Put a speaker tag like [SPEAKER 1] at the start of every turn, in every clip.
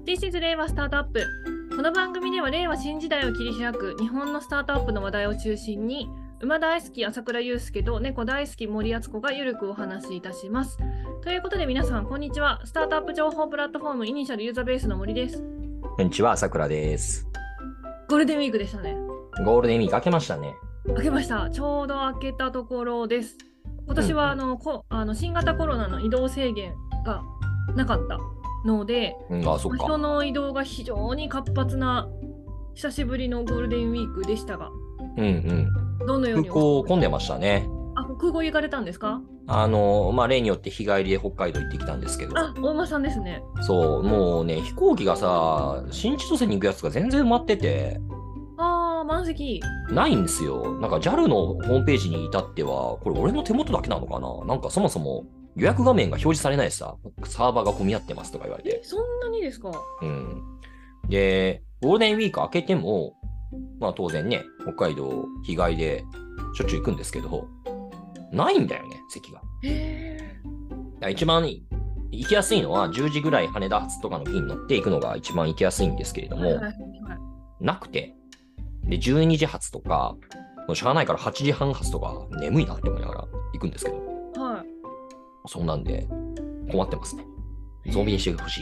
[SPEAKER 1] This is 令和スタートアップ。この番組では令和新時代を切り開く日本のスタートアップの話題を中心に、馬大好き朝倉祐介と猫大好き森敦子がゆるくお話しいたします。ということで皆さんこんにちは。スタートアップ情報プラットフォームイニシャルユーザーベースの森です。
[SPEAKER 2] こんにちは、朝倉です。
[SPEAKER 1] ゴールデンウィークでしたね。
[SPEAKER 2] ゴールデンウィーク明けましたね。
[SPEAKER 1] 明けました。ちょうど明けたところです。今年は新型コロナの移動制限がなかったので、人の移動が非常に活発な久しぶりのゴールデンウィークでしたが、どのように
[SPEAKER 2] 空港混んでましたね。
[SPEAKER 1] 空港行かれたんですか？
[SPEAKER 2] 例によって日帰りで北海道行ってきたんですけど。
[SPEAKER 1] 大馬さんですね。
[SPEAKER 2] そう、もうね、飛行機がさ、新千歳に行くやつが全然埋まってて。
[SPEAKER 1] 満席
[SPEAKER 2] ないんですよ。なんか JAL のホームページに至っては、これ俺の手元だけなのかな？なんかそもそも予約画面が表示されないしさ、サーバーが混み合ってますとか言われて。
[SPEAKER 1] そんなにですか？
[SPEAKER 2] で、ゴールデンウィーク明けても、当然ね、北海道日帰りでしょっちゅう行くんですけど、ないんだよね、席が。一番行きやすいのは10時ぐらい羽田発とかの便に乗って行くのが一番行きやすいんですけれども、なくて、で、12時発とか、もうしゃあないから8時半発とか眠いなって思いながら行くんですけど、そんなんで困ってますね。増便してほしい。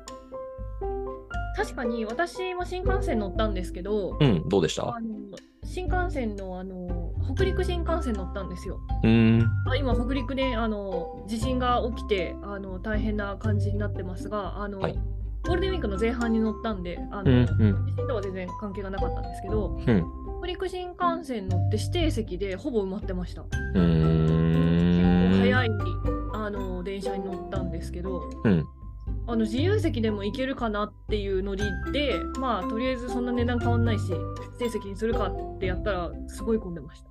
[SPEAKER 1] 確かに私も新幹線乗ったんですけど、
[SPEAKER 2] どうでした？
[SPEAKER 1] 新幹線の北陸新幹線乗ったんですよ。今北陸で地震が起きて大変な感じになってますが、ゴールデンウィークの前半に乗ったんで地震とは全然関係がなかったんですけど、北陸新幹線乗って指定席でほぼ埋まってました。結構早い電車に乗ったんですけど、自由席でも行けるかなっていうノリで、とりあえずそんな値段変わんないし指定席にするかってやったらすごい混んでました。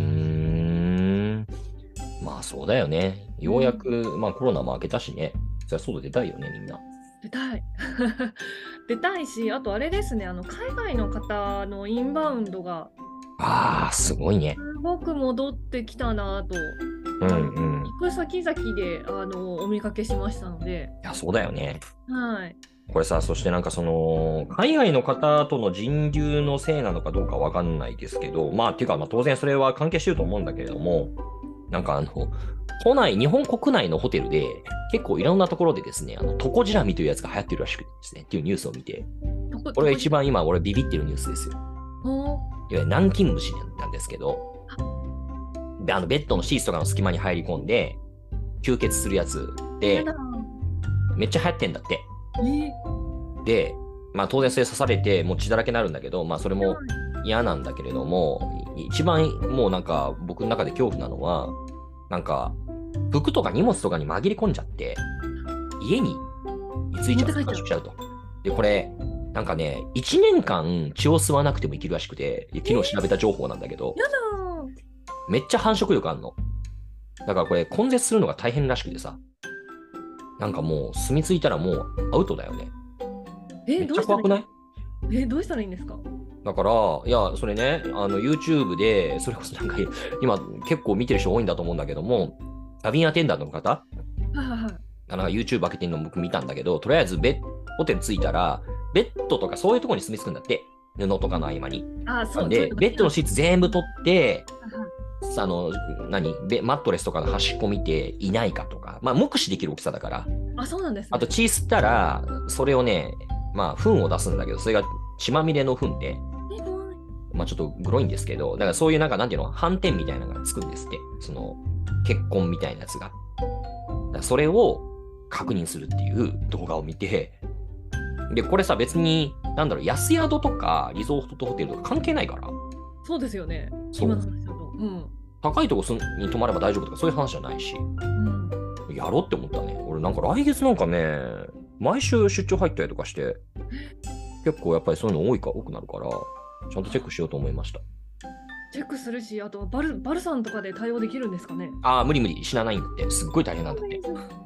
[SPEAKER 2] そうだよね。ようやく、コロナも明けたしね。そりゃ外出たいよね、みんな。
[SPEAKER 1] 出たい出たいし、あとあれですね、海外の方のインバウンドが
[SPEAKER 2] すごいね。
[SPEAKER 1] すごく戻ってきたなと、行く先々でお見かけしましたので。
[SPEAKER 2] いや、そうだよね。
[SPEAKER 1] はい。
[SPEAKER 2] これさ、そしてなんか海外の方との人流のせいなのかどうかわかんないですけど、っていうか、当然それは関係してると思うんだけれども、なんか日本国内のホテルで結構いろんなところでですね、トコジラミというやつが流行ってるらしくてですね、っていうニュースを見て、これが一番今俺ビビってるニュースですよ。いわゆる南京虫なんですけど、でベッドのシーツとかの隙間に入り込んで吸血するやつで、めっちゃ流行ってんだって。で、当然それ刺されてもう血だらけになるんだけど、それも嫌なんだけれども、一番もうなんか僕の中で恐怖なのは、なんか服とか荷物とかに紛れ込んじゃって家に居ついちゃう、繁殖しちゃうと。でこれなんかね、1年間血を吸わなくても生きるらしくて、昨日調べた情報なんだけど、めっちゃ繁殖力あんの。だからこれ根絶するのが大変らしくてさ、なんかもう住み着いたらもうアウトだよね。めっちゃ怖くない？
[SPEAKER 1] どうしたらいいんですか？
[SPEAKER 2] だから、いや、それね、YouTube で、それこそなんか、今結構見てる人多いんだと思うんだけども、キャビンアテンダントの方、YouTube 開けてるの僕見たんだけど、とりあえずホテル着いたら、ベッドとかそういうところに住み着くんだって、布とかの合間に。なんで、ベッドのシーツ全部取って、マットレスとかの端っこ見ていないかとか、目視できる大きさだから。
[SPEAKER 1] そうなんですね。
[SPEAKER 2] あと血吸ったら、それをね、糞を出すんだけど、それが血まみれの糞で、ちょっとグロいんですけど、だからそういうなんていうの、斑点みたいなのがつくんですって。血痕みたいなやつが。だからそれを確認するっていう動画を見て、で、これさ、別に、安宿とかリゾートホテルとか関係ないから。
[SPEAKER 1] そうですよね。
[SPEAKER 2] 今の話だと。高いとこに泊まれば大丈夫とかそういう話じゃないし、やろうって思ったね。俺なんか来月なんかね、毎週出張入ったりとかして、結構やっぱりそういうの多くなるから、ちゃんとチェックしようと思いました。
[SPEAKER 1] チェックするし、あとバルさんとかで対応できるんですかね？
[SPEAKER 2] 無理、死なないんだって。すっごい大変なんだって。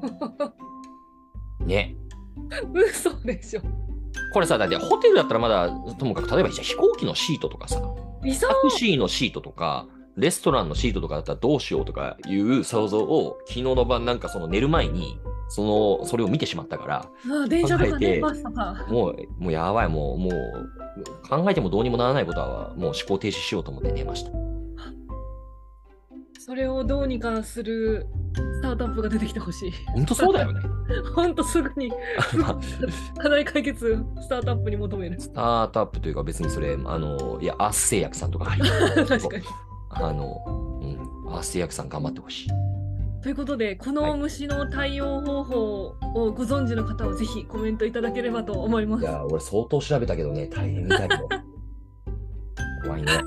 [SPEAKER 2] ね。
[SPEAKER 1] 嘘でしょ。
[SPEAKER 2] これさ、だってホテルだったらまだともかく、例えば飛行機のシートとかさ、タクシーのシートとか、レストランのシートとかだったらどうしようとかいう想像を昨日の晩なんか寝る前にそれを見てしまったから、
[SPEAKER 1] 電車とかね、バスとか。
[SPEAKER 2] もうやばい、もう考えてもどうにもならないことは、もう思考停止しようと思って寝ました。
[SPEAKER 1] それをどうにかするスタートアップが出てきてほしい。
[SPEAKER 2] 本当そうだよね。
[SPEAKER 1] 本当すぐに課題解決スタートアップに求める。
[SPEAKER 2] スタートアップというか別にそれ、いや、アース製薬さんとか入
[SPEAKER 1] って確かに。
[SPEAKER 2] アース製薬さん頑張ってほしい。
[SPEAKER 1] ということで、この虫の対応方法をご存知の方はぜひコメントいただければと思います。
[SPEAKER 2] いや、俺相当調べたけどね、大変みたいけど。怖いね。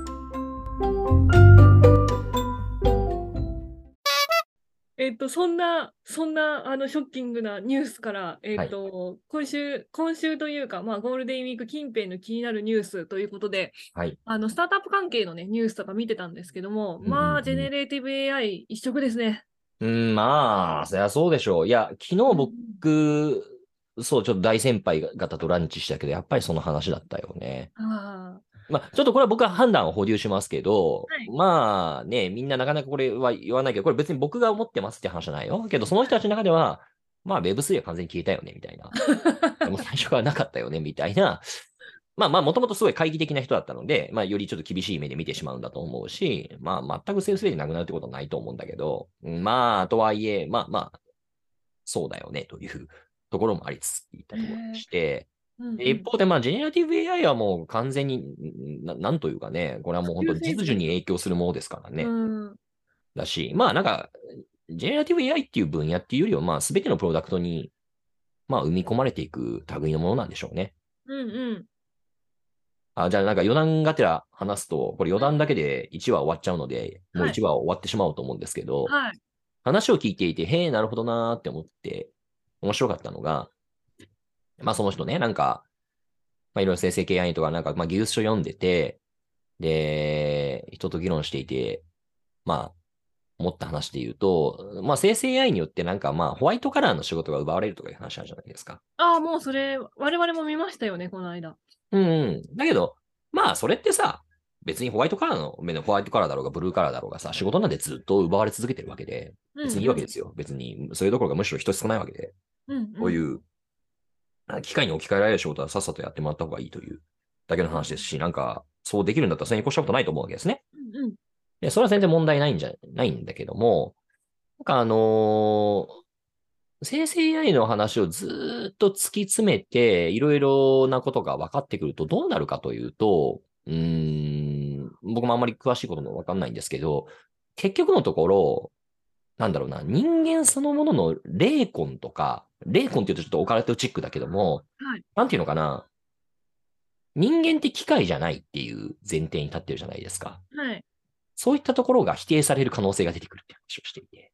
[SPEAKER 1] そんなショッキングなニュースから、今週というか、ゴールデンウィーク近辺の気になるニュースということで、スタートアップ関係のね、ニュースとか見てたんですけども、ジェネレーティブ AI 一色ですね。
[SPEAKER 2] そりゃそうでしょう。いや、昨日僕、ちょっと大先輩方とランチしたけど、やっぱりその話だったよね。ちょっとこれは僕は判断を保留しますけど、みんななかなかこれは言わないけど、これ別に僕が思ってますって話じゃないよ。けど、その人たちの中では、Web3 は完全に消えたよね、みたいな。でも最初からなかったよね、みたいな。もともとすごい懐疑的な人だったので、よりちょっと厳しい目で見てしまうんだと思うし、全くセールスレイでなくなるってことはないと思うんだけど、とはいえ、そうだよね、というところもありつついったところでして、一方で、ジェネラティブ AI はもう完全に、なんというかね、これはもう本当に実需に影響するものですからね。だし、なんか、ジェネラティブ AI っていう分野っていうよりは、すべてのプロダクトに、生み込まれていく類のものなんでしょうね。じゃあなんか余談がてら話すと、これ余談だけで1話終わっちゃうので、もう1話終わってしまおうと思うんですけど、話を聞いていて、へえ、なるほどなーって思って、面白かったのが、その人ね、なんか、いろいろ生成系 AI とか、なんか、技術書読んでて、で、人と議論していて、思った話で言うと、生成 AI によってなんか、ホワイトカラーの仕事が奪われるとかいう話あるじゃないですか。
[SPEAKER 1] もうそれ、我々も見ましたよね、この間。
[SPEAKER 2] だけど、それってさ、別にホワイトカラーだろうがブルーカラーだろうがさ、仕事なんでずっと奪われ続けてるわけで、別にいいわけですよ。別に、それどころかむしろ人少ないわけで、こういう機械に置き換えられる仕事はさっさとやってもらった方がいいというだけの話ですし、なんか、そうできるんだったらそれに越したことないと思うわけですね。で、それは全然問題ないんだけども、なんか生成 AI の話をずっと突き詰めて、いろいろなことが分かってくるとどうなるかというと、僕もあんまり詳しいことも分かんないんですけど、結局のところ、なんだろうな、人間そのものの霊魂とか、霊魂って言うとちょっとオカルトチックだけども、なんていうのかな、人間って機械じゃないっていう前提に立ってるじゃないですか。そういったところが否定される可能性が出てくるって話をしていて。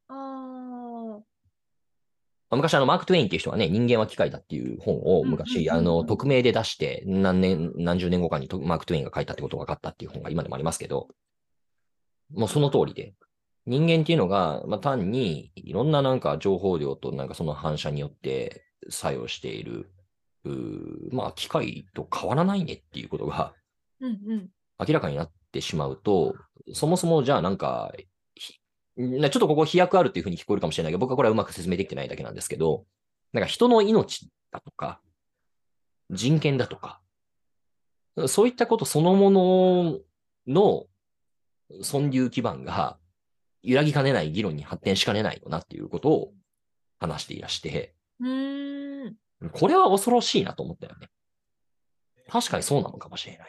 [SPEAKER 2] 昔マーク・トゥエインっていう人がね、人間は機械だっていう本を昔、匿名で出して、何十年後かにマーク・トゥエインが書いたってことが分かったっていう本が今でもありますけど、もうその通りで、人間っていうのが、単にいろんななんか情報量となんかその反射によって作用している、機械と変わらないねっていうことが、明らかになってしまうと、そもそもじゃあなんか、ちょっとここ飛躍あるっていうふうに聞こえるかもしれないけど、僕はこれはうまく説明できてないだけなんですけど、なんか人の命だとか、人権だとか、そういったことそのものの存留基盤が揺らぎかねない議論に発展しかねないよなっていうことを話していらして、これは恐ろしいなと思ったよね。確かにそうなのかもしれない。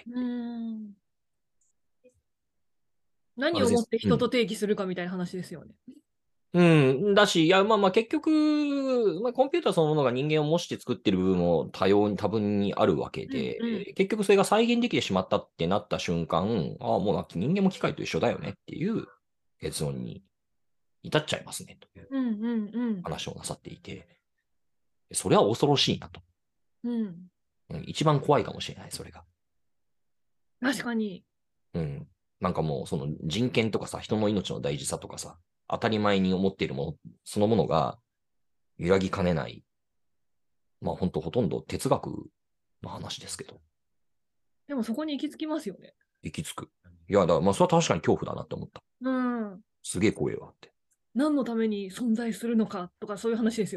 [SPEAKER 1] 何をもって人と定義するかみたいな話ですよね。
[SPEAKER 2] だし、いや、結局、コンピューターそのものが人間を模して作ってる部分も多分にあるわけで、結局それが再現できてしまったってなった瞬間、もう人間も機械と一緒だよねっていう結論に至っちゃいますね、という話をなさっていて、それは恐ろしいなと。一番怖いかもしれない、それが。
[SPEAKER 1] 確かに。
[SPEAKER 2] なんかもう、その人権とかさ、人の命の大事さとかさ、当たり前に思っているもの、そのものが揺らぎかねない。本当ほとんど哲学の話ですけど。
[SPEAKER 1] でもそこに行き着きますよね。
[SPEAKER 2] 行き着く。いや、それは確かに恐怖だなって思った。すげえ怖えわって。
[SPEAKER 1] 何のために存在するのかとかそういう話ですよね。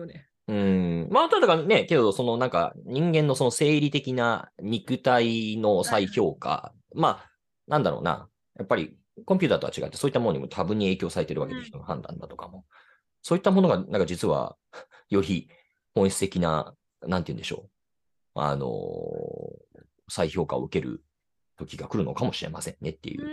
[SPEAKER 2] まあ、ただね、けど、そのなんか人間のその生理的な肉体の再評価、まあ、なんだろうな。やっぱりコンピューターとは違って、そういったものにも多分に影響されてるわけで、人の判断だとかも。そういったものが、なんか実は、より本質的な、なんて言うんでしょう。再評価を受ける時が来るのかもしれませんねっていう。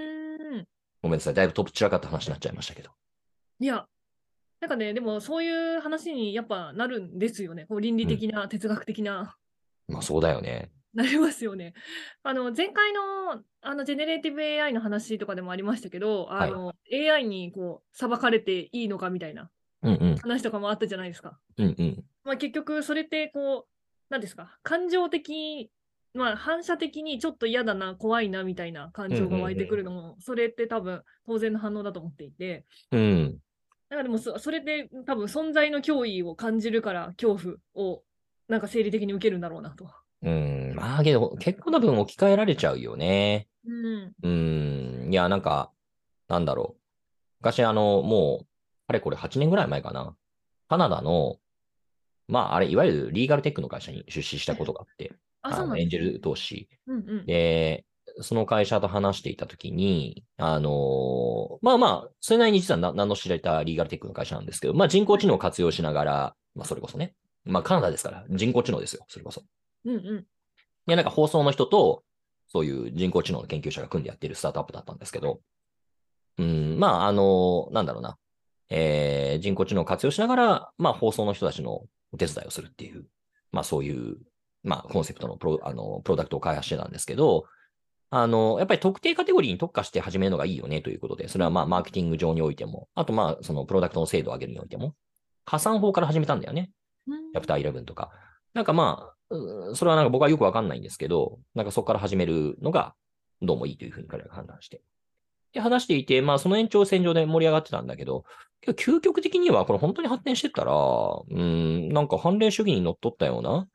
[SPEAKER 2] ごめんなさい。だいぶトップ散らかった話になっちゃいましたけど。
[SPEAKER 1] いや、なんかね、でもそういう話にやっぱなるんですよね。こう倫理的な、哲学的な。
[SPEAKER 2] まあそうだよね。
[SPEAKER 1] なりますよね。前回のジェネレーティブ AI の話とかでもありましたけど、AI にこう裁かれていいのかみたいな話とかもあったじゃないですか。まあ、結局それってこう、なんですか、感情的、まあ、反射的にちょっと嫌だな、怖いなみたいな感情が湧いてくるのも、それって多分当然の反応だと思っていて、だからでもそれで多分存在の脅威を感じるから恐怖をなんか生理的に受けるんだろうなと。
[SPEAKER 2] まあけど結構な分置き換えられちゃうよね。いや、なんか、なんだろう。昔もう、あれこれ8年ぐらい前かな。カナダの、まああれ、いわゆるリーガルテックの会社に出資したことがあって、エンジェル投資。で、その会社と話していたときに、まあまあ、それなりに実は名の知られたリーガルテックの会社なんですけど、まあ人工知能を活用しながら、まあそれこそね、まあカナダですから人工知能ですよ、それこそ。で、なんか放送の人と、そういう人工知能の研究者が組んでやってるスタートアップだったんですけど、まあなんだろうな、人工知能を活用しながら、まあ放送の人たちのお手伝いをするっていう、まあそういう、まあコンセプトのプロダクトを開発してたんですけど、やっぱり特定カテゴリーに特化して始めるのがいいよねということで、それはまあマーケティング上においても、あとまあそのプロダクトの精度を上げるにおいても、加算法から始めたんだよね。チャプター11とか。なんかまあ、それはなんか僕はよくわかんないんですけど、なんかそこから始めるのがどうもいいというふうに彼らが判断して。で、話していて、まあその延長線上で盛り上がってたんだけど、究極的にはこれ本当に発展してったら、なんか判例主義にのっとったような、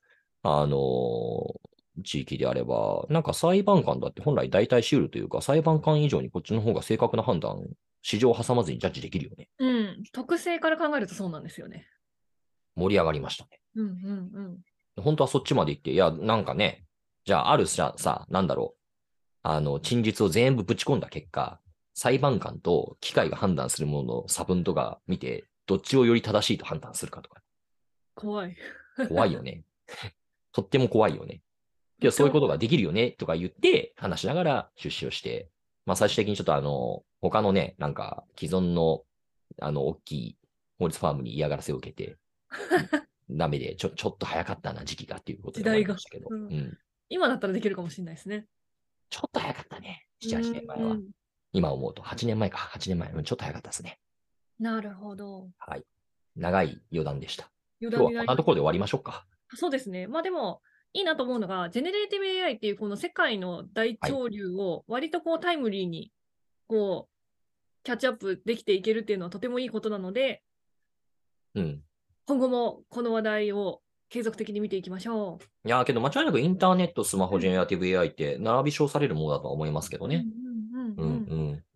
[SPEAKER 2] 地域であれば、なんか裁判官だって本来代替しうるというか、裁判官以上にこっちの方が正確な判断、市場を挟まずにジャッジできるよね。
[SPEAKER 1] 特性から考えるとそうなんですよね。
[SPEAKER 2] 盛り上がりましたね。本当はそっちまで行って、いや、なんかね、じゃああるさ、なんだろう。陳述を全部ぶち込んだ結果、裁判官と機械が判断するものの差分とか見て、どっちをより正しいと判断するかとか。
[SPEAKER 1] 怖い。
[SPEAKER 2] 怖いよね。とっても怖いよね。けどそういうことができるよねとか言って話しながら出資をして、まあ最終的にちょっと他のね、なんか既存の大きい法律ファームに嫌がらせを受けて、ダメでちょっと早かったな時期がっていうことで思いましたけど、
[SPEAKER 1] 今だったらできるかもしれないですね。
[SPEAKER 2] ちょっと早かったね。7、8年前は。今思うと8年前か。8年前。ちょっと早かったですね。
[SPEAKER 1] なるほど。
[SPEAKER 2] はい。長い余談でした。今日はこんなところで終わりましょうか。
[SPEAKER 1] そうですね。まあでも、いいなと思うのが、ジェネレーティブ AI っていうこの世界の大潮流を割とこうタイムリーにこうキャッチアップできていけるっていうのはとてもいいことなので、今後もこの話題を継続的に見ていきましょ
[SPEAKER 2] う。いやけど間違いなくインターネット、スマホ、ジェネラティブ AI って並び称されるものだとは思いますけどね。